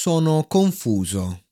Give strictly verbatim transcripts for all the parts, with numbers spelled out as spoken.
sono confuso,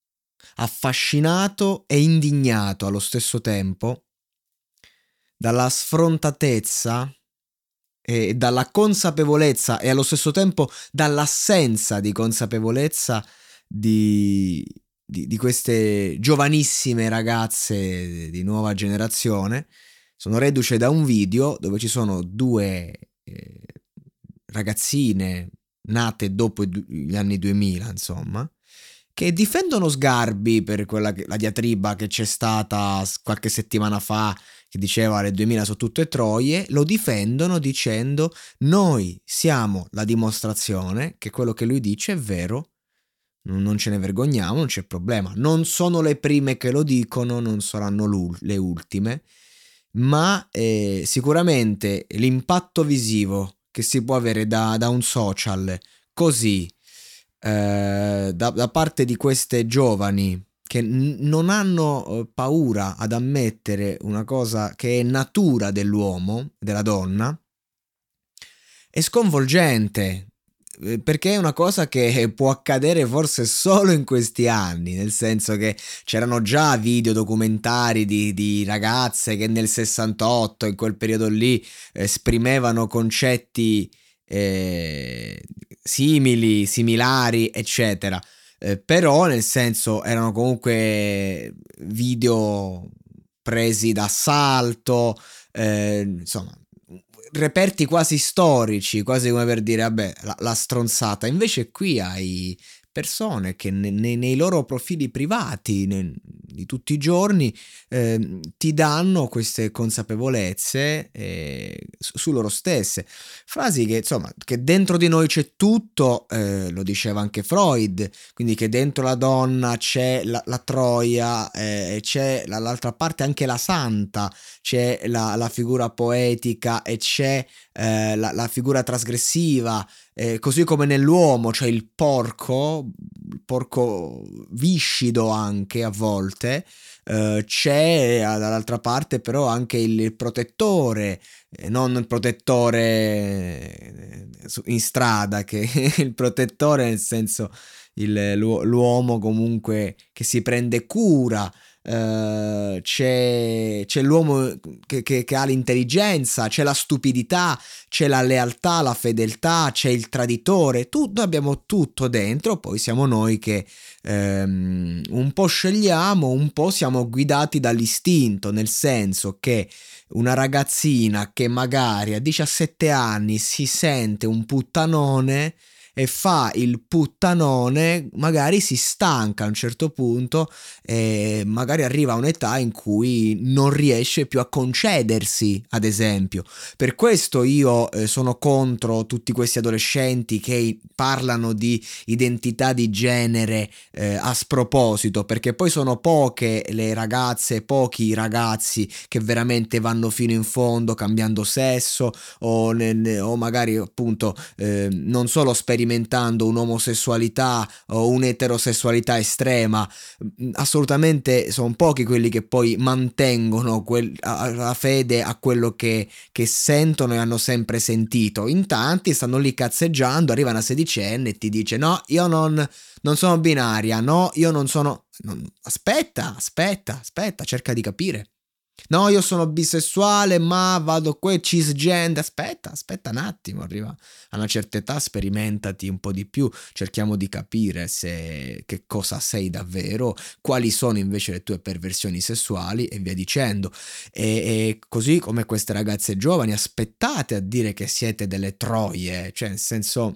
affascinato e indignato allo stesso tempo dalla sfrontatezza e dalla consapevolezza e allo stesso tempo dall'assenza di consapevolezza di, di, di queste giovanissime ragazze di nuova generazione. Sono reduce da un video dove ci sono due eh, ragazzine nate dopo gli anni duemila, insomma, che difendono Sgarbi per quella che, la diatriba che c'è stata qualche settimana fa, che diceva le duemila sono tutte troie. Lo difendono dicendo: noi siamo la dimostrazione che quello che lui dice è vero, non ce ne vergogniamo, non c'è problema. Non sono le prime che lo dicono, non saranno le ultime, ma eh, sicuramente l'impatto visivo che si può avere da, da un social così eh, da, da parte di queste giovani che n- non hanno paura ad ammettere una cosa che è natura dell'uomo, della donna, è sconvolgente, perché è una cosa che può accadere forse solo in questi anni, nel senso che c'erano già video documentari di, di ragazze che nel sessantotto, in quel periodo lì, esprimevano concetti eh, simili, similari, eccetera. Eh, però nel senso erano comunque video presi d'assalto, eh, insomma reperti quasi storici, quasi come per dire vabbè la, la stronzata. Invece qui hai persone che ne, ne, nei loro profili privati ne, di tutti i giorni eh, ti danno queste consapevolezze eh, su, su loro stesse, frasi che insomma che dentro di noi c'è tutto, eh, lo diceva anche Freud, quindi che dentro la donna c'è la, la troia e eh, c'è dall'altra parte anche la santa, c'è la, la figura poetica e c'è eh, la, la figura trasgressiva. Eh, così come nell'uomo c'è il porco, il porco viscido anche a volte, eh, c'è dall'altra parte però anche il protettore, eh, non il protettore in strada, che il protettore nel senso il, l'uomo comunque che si prende cura. Uh, c'è, c'è l'uomo che, che, che ha l'intelligenza, c'è la stupidità, c'è la lealtà, la fedeltà, c'è il traditore. Tutto, abbiamo tutto dentro. Poi siamo noi che um, un po' scegliamo, un po' siamo guidati dall'istinto, nel senso che una ragazzina che magari a diciassette anni si sente un puttanone e fa il puttanone, magari si stanca a un certo punto e magari arriva a un'età in cui non riesce più a concedersi, ad esempio. Per questo io eh, sono contro tutti questi adolescenti che parlano di identità di genere eh, a sproposito, perché poi sono poche le ragazze, pochi i ragazzi che veramente vanno fino in fondo cambiando sesso o, nel, o magari appunto eh, non solo sperimentando un'omosessualità o un'eterosessualità estrema. Assolutamente sono pochi quelli che poi mantengono quel, la fede a quello che, che sentono e hanno sempre sentito. In tanti stanno lì cazzeggiando, arriva una sedicenne e ti dice no, io non, non sono binaria, no, io non sono... Non, aspetta, aspetta, aspetta, cerca di capire. No, io sono bisessuale, ma vado qua, cisgender. Aspetta, aspetta un attimo, arriva a una certa età, sperimentati un po' di più, cerchiamo di capire se che cosa sei davvero, quali sono invece le tue perversioni sessuali e via dicendo. E, e così come queste ragazze giovani, aspettate a dire che siete delle troie, cioè nel senso...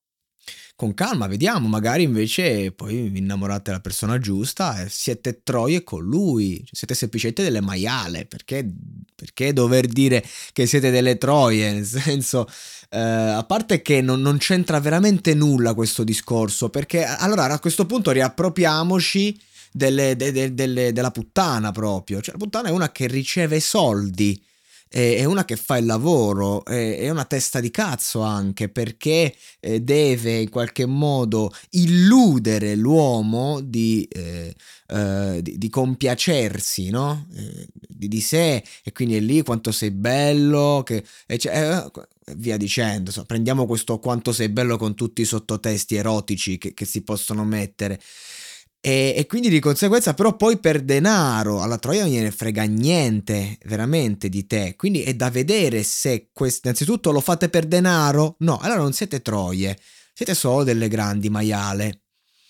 Con calma, vediamo, magari invece poi vi innamorate della persona giusta e siete troie con lui, siete semplicemente delle maiale, perché, perché dover dire che siete delle troie, nel senso, eh, a parte che non, non c'entra veramente nulla questo discorso, perché allora a questo punto riappropriamoci delle, de, de, delle, della puttana proprio, cioè la puttana è una che riceve soldi, è una che fa il lavoro, è una testa di cazzo anche perché deve in qualche modo illudere l'uomo di, eh, eh, di, di compiacersi, no? Eh, di, di sé, e quindi è lì quanto sei bello, che, e cioè, e via dicendo. Insomma, prendiamo questo quanto sei bello con tutti i sottotesti erotici che, che si possono mettere. E, e quindi di conseguenza però poi per denaro alla Troia non gliene frega niente veramente di te, quindi è da vedere se questo, innanzitutto lo fate per denaro, no, allora non siete troie, siete solo delle grandi maiale.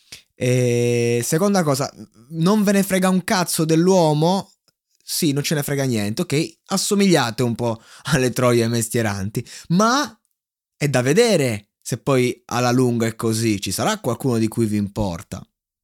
E seconda cosa, non ve ne frega un cazzo dell'uomo? Sì, non ce ne frega niente, ok, assomigliate un po' alle troie mestieranti, ma è da vedere se poi alla lunga è così, ci sarà qualcuno di cui vi importa.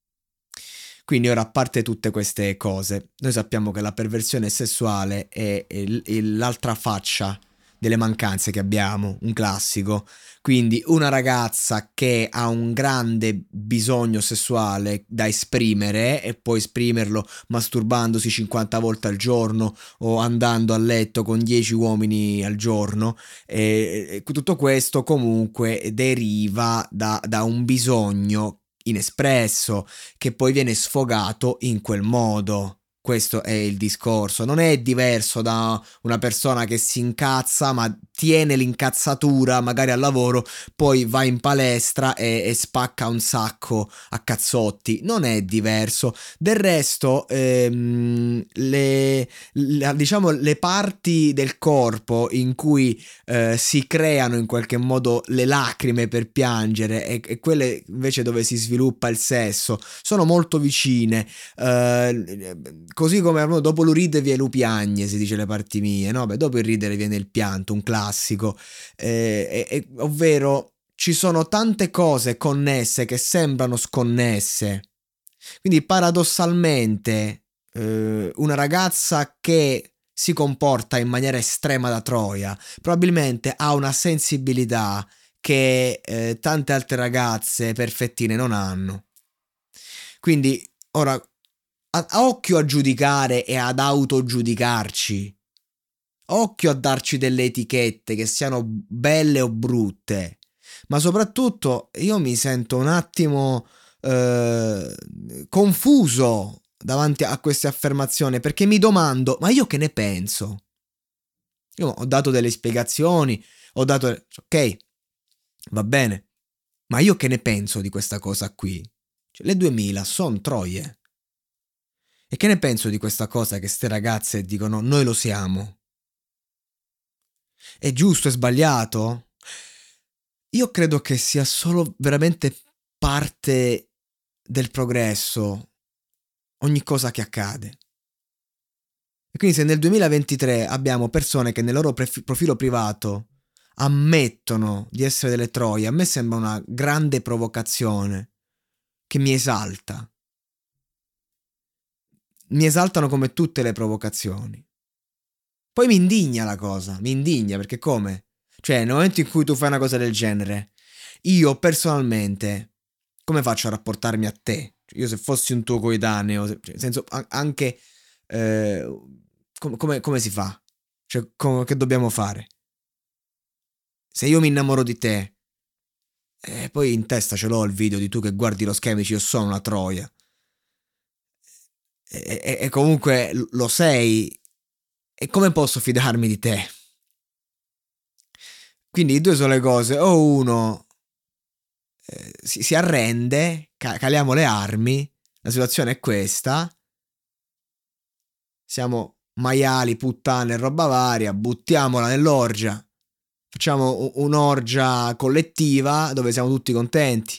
Quindi ora, a parte tutte queste cose, noi sappiamo che la perversione sessuale è, è l- è l'altra faccia delle mancanze che abbiamo, un classico. Quindi una ragazza che ha un grande bisogno sessuale da esprimere e può esprimerlo masturbandosi cinquanta volte al giorno o andando a letto con dieci uomini al giorno, e, e tutto questo comunque deriva da, da un bisogno inespresso che poi viene sfogato in quel modo. Questo è il discorso, non è diverso da una persona che si incazza ma tiene l'incazzatura magari al lavoro, poi va in palestra e, e spacca un sacco a cazzotti, non è diverso. Del resto ehm, le, le, diciamo, le parti del corpo in cui eh, si creano in qualche modo le lacrime per piangere e, e quelle invece dove si sviluppa il sesso sono molto vicine. eh, Così come dopo l'uride viene lu piagne, si dice le parti mie, no? Beh, dopo il ridere viene il pianto, un classico. Eh, eh, ovvero ci sono tante cose connesse che sembrano sconnesse. Quindi paradossalmente eh, una ragazza che si comporta in maniera estrema da Troia probabilmente ha una sensibilità che eh, tante altre ragazze perfettine non hanno. Quindi ora a, a occhio a giudicare e ad autogiudicarci, occhio a darci delle etichette che siano belle o brutte, ma soprattutto io mi sento un attimo eh, confuso davanti a queste affermazioni perché mi domando, ma io che ne penso? Io ho dato delle spiegazioni, ho dato, ok, va bene, ma io che ne penso di questa cosa qui? Cioè, le duemila sono troie. E che ne penso di questa cosa che ste ragazze dicono noi lo siamo? È giusto, è sbagliato? Io credo che sia solo veramente parte del progresso ogni cosa che accade. E quindi se nel duemilaventitré abbiamo persone che nel loro pref- profilo privato ammettono di essere delle troie, a me sembra una grande provocazione che mi esalta. Mi esaltano come tutte le provocazioni. Poi mi indigna la cosa, mi indigna perché come? Cioè, nel momento in cui tu fai una cosa del genere, io personalmente, come faccio a rapportarmi a te? Cioè, io se fossi un tuo coetaneo, cioè, nel senso, anche, eh, com- come, come si fa? Cioè, com- che dobbiamo fare? Se io mi innamoro di te, e poi in testa ce l'ho il video di tu che guardi lo schermo e dici io sono una troia. E, e, e comunque lo sei. E come posso fidarmi di te? Quindi due sono le cose, o uno eh, si, si arrende, ca- caliamo le armi, la situazione è questa, siamo maiali, puttane e roba varia, buttiamola nell'orgia, facciamo un'orgia collettiva dove siamo tutti contenti.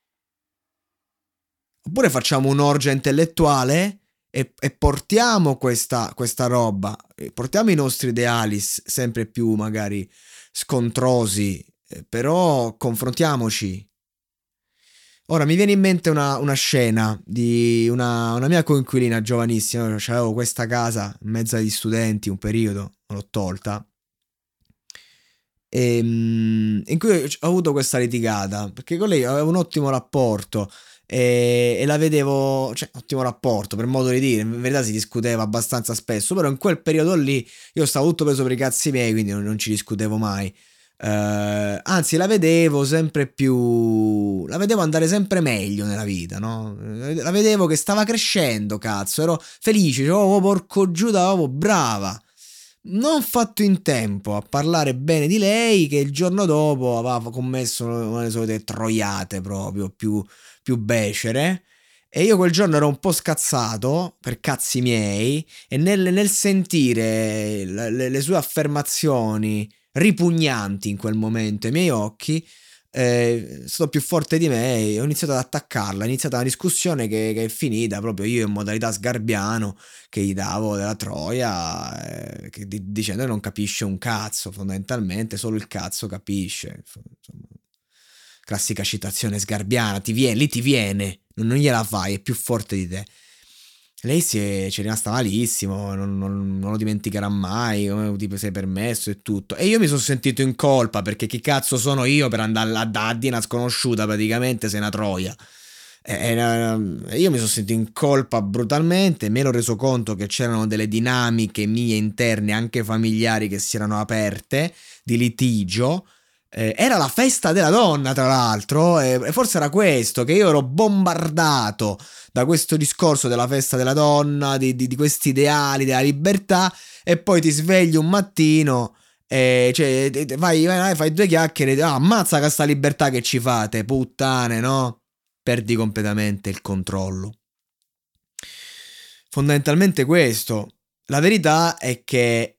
Oppure facciamo un'orgia intellettuale e, e portiamo questa, questa roba, portiamo i nostri ideali sempre più magari scontrosi, eh, però confrontiamoci. Ora mi viene in mente una, una scena di una, una mia coinquilina giovanissima, avevo questa casa in mezzo agli studenti un periodo, l'ho tolta, e, in cui ho avuto questa litigata, perché con lei avevo un ottimo rapporto e, e la vedevo, cioè ottimo rapporto per modo di dire, in verità si discuteva abbastanza spesso, però in quel periodo lì io stavo tutto preso per i cazzi miei, quindi non, non ci discutevo mai. Uh, anzi la vedevo sempre più, la vedevo andare sempre meglio nella vita, no? La vedevo che stava crescendo, cazzo, ero felice, dicevo, oh porco Giuda, oh brava. non fatto in tempo a parlare bene di lei, che il giorno dopo aveva commesso una delle solite troiate proprio più, più becere. E io quel giorno ero un po' scazzato per cazzi miei e nel, nel sentire le, le- le sue affermazioni ripugnanti in quel momento ai miei occhi, eh, è stato più forte di me e ho iniziato ad attaccarla. È iniziata una discussione che, che è finita proprio io in modalità sgarbiano che gli davo della troia, eh, che di- dicendo che non capisce un cazzo, fondamentalmente solo il cazzo capisce. Insomma, classica citazione sgarbiana, ti viene, lì ti viene, non, non gliela fai, è più forte di te. Lei si è, ci è rimasta malissimo, non, non- non lo dimenticherà mai, come ti sei permesso e tutto. E io mi sono sentito in colpa perché chi cazzo sono io per andare a da di una sconosciuta praticamente, sei una troia. E, e, io mi sono sentito in colpa brutalmente, mi ero reso conto che c'erano delle dinamiche mie interne, anche familiari, che si erano aperte di litigio. Eh, era la festa della donna, tra l'altro, e, e forse era questo, che io ero bombardato da questo discorso della festa della donna, di, di, di questi ideali della libertà, e poi ti svegli un mattino e cioè, vai, vai, vai, fai due chiacchiere, ah, ammazza che sta libertà che ci fate, puttane, no? Perdi completamente il controllo. Fondamentalmente questo. La verità è che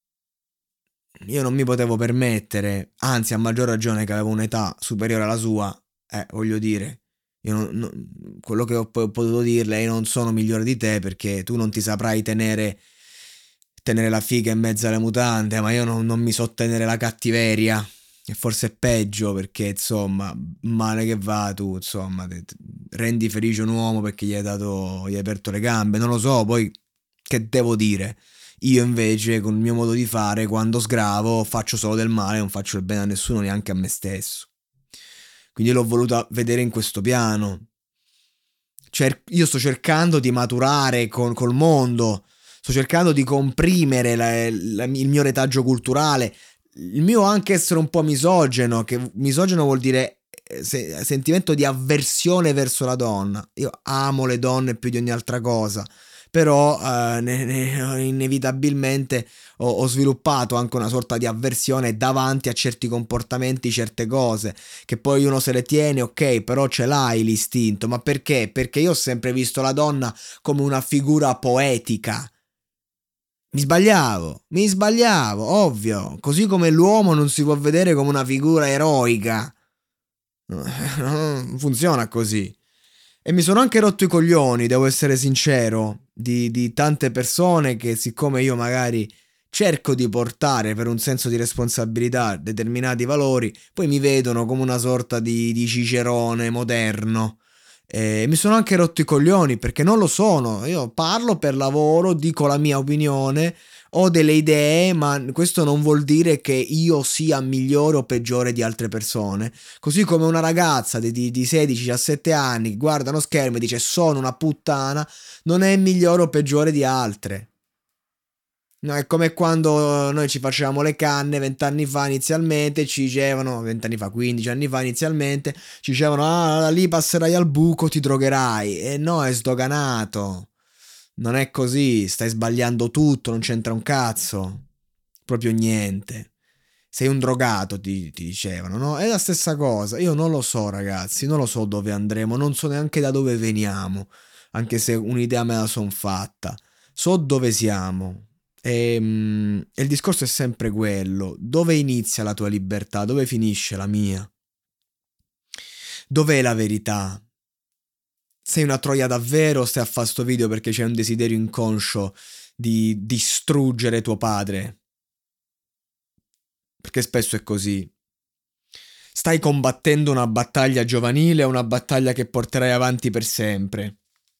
io non mi potevo permettere, anzi a maggior ragione che avevo un'età superiore alla sua, eh, voglio dire, io non- non- quello che ho, po- potuto dirle, io non sono migliore di te perché tu non ti saprai tenere, tenere la figa in mezzo alle mutande, ma io non, non mi so tenere la cattiveria. E forse è peggio perché, insomma, male che va tu, insomma, te- te- rendi felice un uomo perché gli hai dato, gli hai aperto le gambe, non lo so, poi che devo dire? Io invece, con il mio modo di fare, quando sgravo, faccio solo del male, non faccio il bene a nessuno, neanche a me stesso. Quindi l'ho voluta vedere in questo piano. Cer- io sto cercando di maturare con, col mondo, sto cercando di comprimere la- la- il mio retaggio culturale, il mio anche essere un po' misogeno, che misogeno vuol dire eh, se- sentimento di avversione verso la donna. Io amo le donne più di ogni altra cosa, però eh, ne- ne- inevitabilmente ho, ho sviluppato anche una sorta di avversione davanti a certi comportamenti, certe cose che poi uno se le tiene, ok, però ce l'hai l'istinto, ma perché? Perché io ho sempre visto la donna come una figura poetica. Mi sbagliavo, mi sbagliavo, ovvio, così come l'uomo non si può vedere come una figura eroica. Non funziona così. E mi sono anche rotto i coglioni, devo essere sincero, di, di tante persone che siccome io magari cerco di portare per un senso di responsabilità determinati valori, poi mi vedono come una sorta di, di cicerone moderno. E mi sono anche rotto i coglioni perché non lo sono. Io parlo per lavoro, dico la mia opinione, ho delle idee, ma questo non vuol dire che io sia migliore o peggiore di altre persone. Così come una ragazza di, di, di sedici diciassette anni che guarda uno schermo e dice sono una puttana, non è migliore o peggiore di altre. No, è come quando noi ci facevamo le canne vent'anni fa inizialmente, ci dicevano, vent'anni fa, quindici anni fa inizialmente, ci dicevano, ah, lì passerai al buco, ti drogherai. E no, è sdoganato. Non è così, stai sbagliando tutto, non c'entra un cazzo. Proprio niente. Sei un drogato, ti, ti dicevano, no? È la stessa cosa. Io non lo so, ragazzi, non lo so dove andremo, non so neanche da dove veniamo, anche se un'idea me la son fatta. So dove siamo. E, mm, e il discorso è sempre quello. Dove inizia la tua libertà? Dove finisce la mia? Dov'è la verità? Sei una troia davvero o stai a fare sto video perché c'è un desiderio inconscio di distruggere tuo padre? Perché spesso è così. Stai combattendo una battaglia giovanile o una battaglia che porterai avanti per sempre?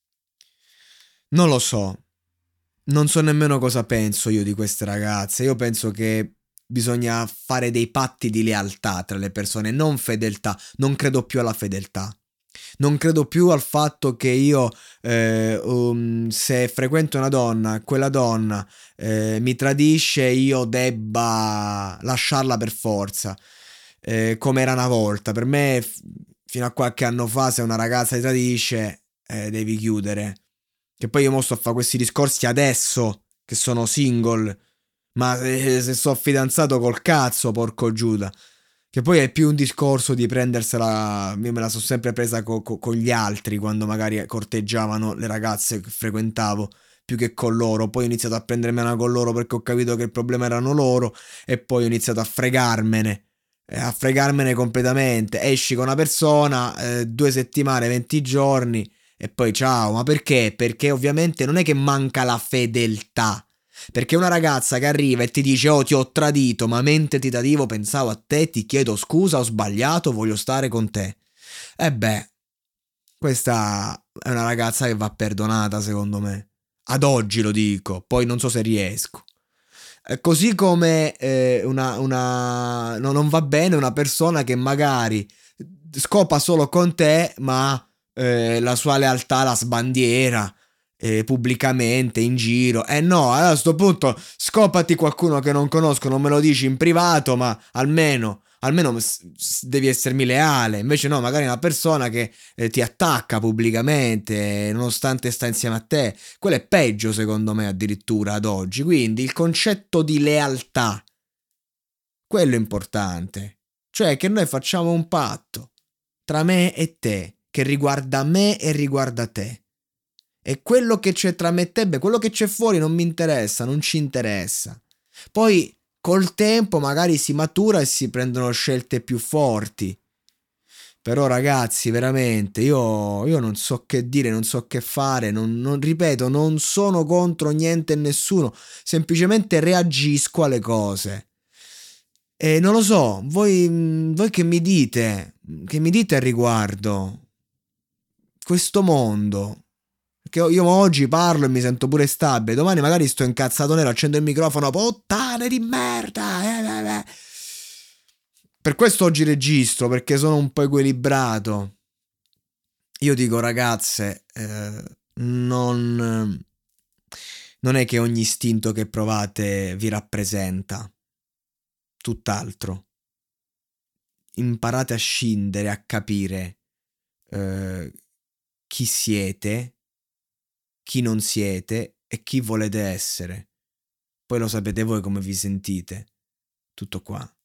Non lo so. Non so nemmeno cosa penso io di queste ragazze. Io penso che bisogna fare dei patti di lealtà tra le persone, non fedeltà. Non credo più alla fedeltà. Non credo più al fatto che io, eh, um, se frequento una donna, quella donna eh, mi tradisce, io debba lasciarla per forza, eh, come era una volta. Per me, f- fino a qualche anno fa, se una ragazza ti tradisce, eh, devi chiudere. Che poi io mo sto a fare questi discorsi adesso, che sono single, Ma se, se so fidanzato col cazzo, porco Giuda. Che poi è più un discorso di prendersela. Io me la sono sempre presa co- co- con gli altri quando magari corteggiavano le ragazze che frequentavo più che con loro. Poi ho iniziato a prendermela con loro perché ho capito che il problema erano loro e poi ho iniziato a fregarmene. eh, A fregarmene completamente. Esci con una persona, eh, due settimane, venti giorni e poi ciao. Ma perché? Perché ovviamente non è che manca la fedeltà. Perché una ragazza che arriva e ti dice oh ti ho tradito, ma mentre ti tradivo pensavo a te, ti chiedo scusa, ho sbagliato, voglio stare con te. E beh, questa è una ragazza che va perdonata secondo me. Ad oggi lo dico, poi non so se riesco. Eh, Così come eh, una, una- no, non va bene una persona che magari scopa solo con te, ma eh, la sua lealtà la sbandiera eh, pubblicamente in giro. Eh no, allora a sto punto scopati qualcuno che non conosco, non me lo dici in privato, ma almeno, almeno s- s- devi essermi leale. Invece no, magari una persona che eh, ti attacca pubblicamente, nonostante sta insieme a te. Quello è peggio secondo me addirittura ad oggi. Quindi il concetto di lealtà, quello è importante. Cioè che noi facciamo un patto tra me e te, che riguarda me e riguarda te. E quello che c'è tra me e te, beh, quello che c'è fuori non mi interessa, non ci interessa. Poi col tempo magari si matura e si prendono scelte più forti. Però ragazzi, veramente, io, io non so che dire, non so che fare, non, non- ripeto, non sono contro niente e nessuno, semplicemente reagisco alle cose. E non lo so, voi, mh, voi che mi dite, che mi dite al riguardo? Questo mondo, che io oggi parlo e mi sento pure stabile, domani magari sto incazzato nero, accendo il microfono, puttane di merda, eh, eh, eh. Per questo oggi registro, perché sono un po' equilibrato. Io dico ragazze, eh, non, non è che ogni istinto che provate vi rappresenta, tutt'altro. Imparate a scindere, a capire eh, chi siete, chi non siete e chi volete essere. Poi lo sapete voi come vi sentite. Tutto qua.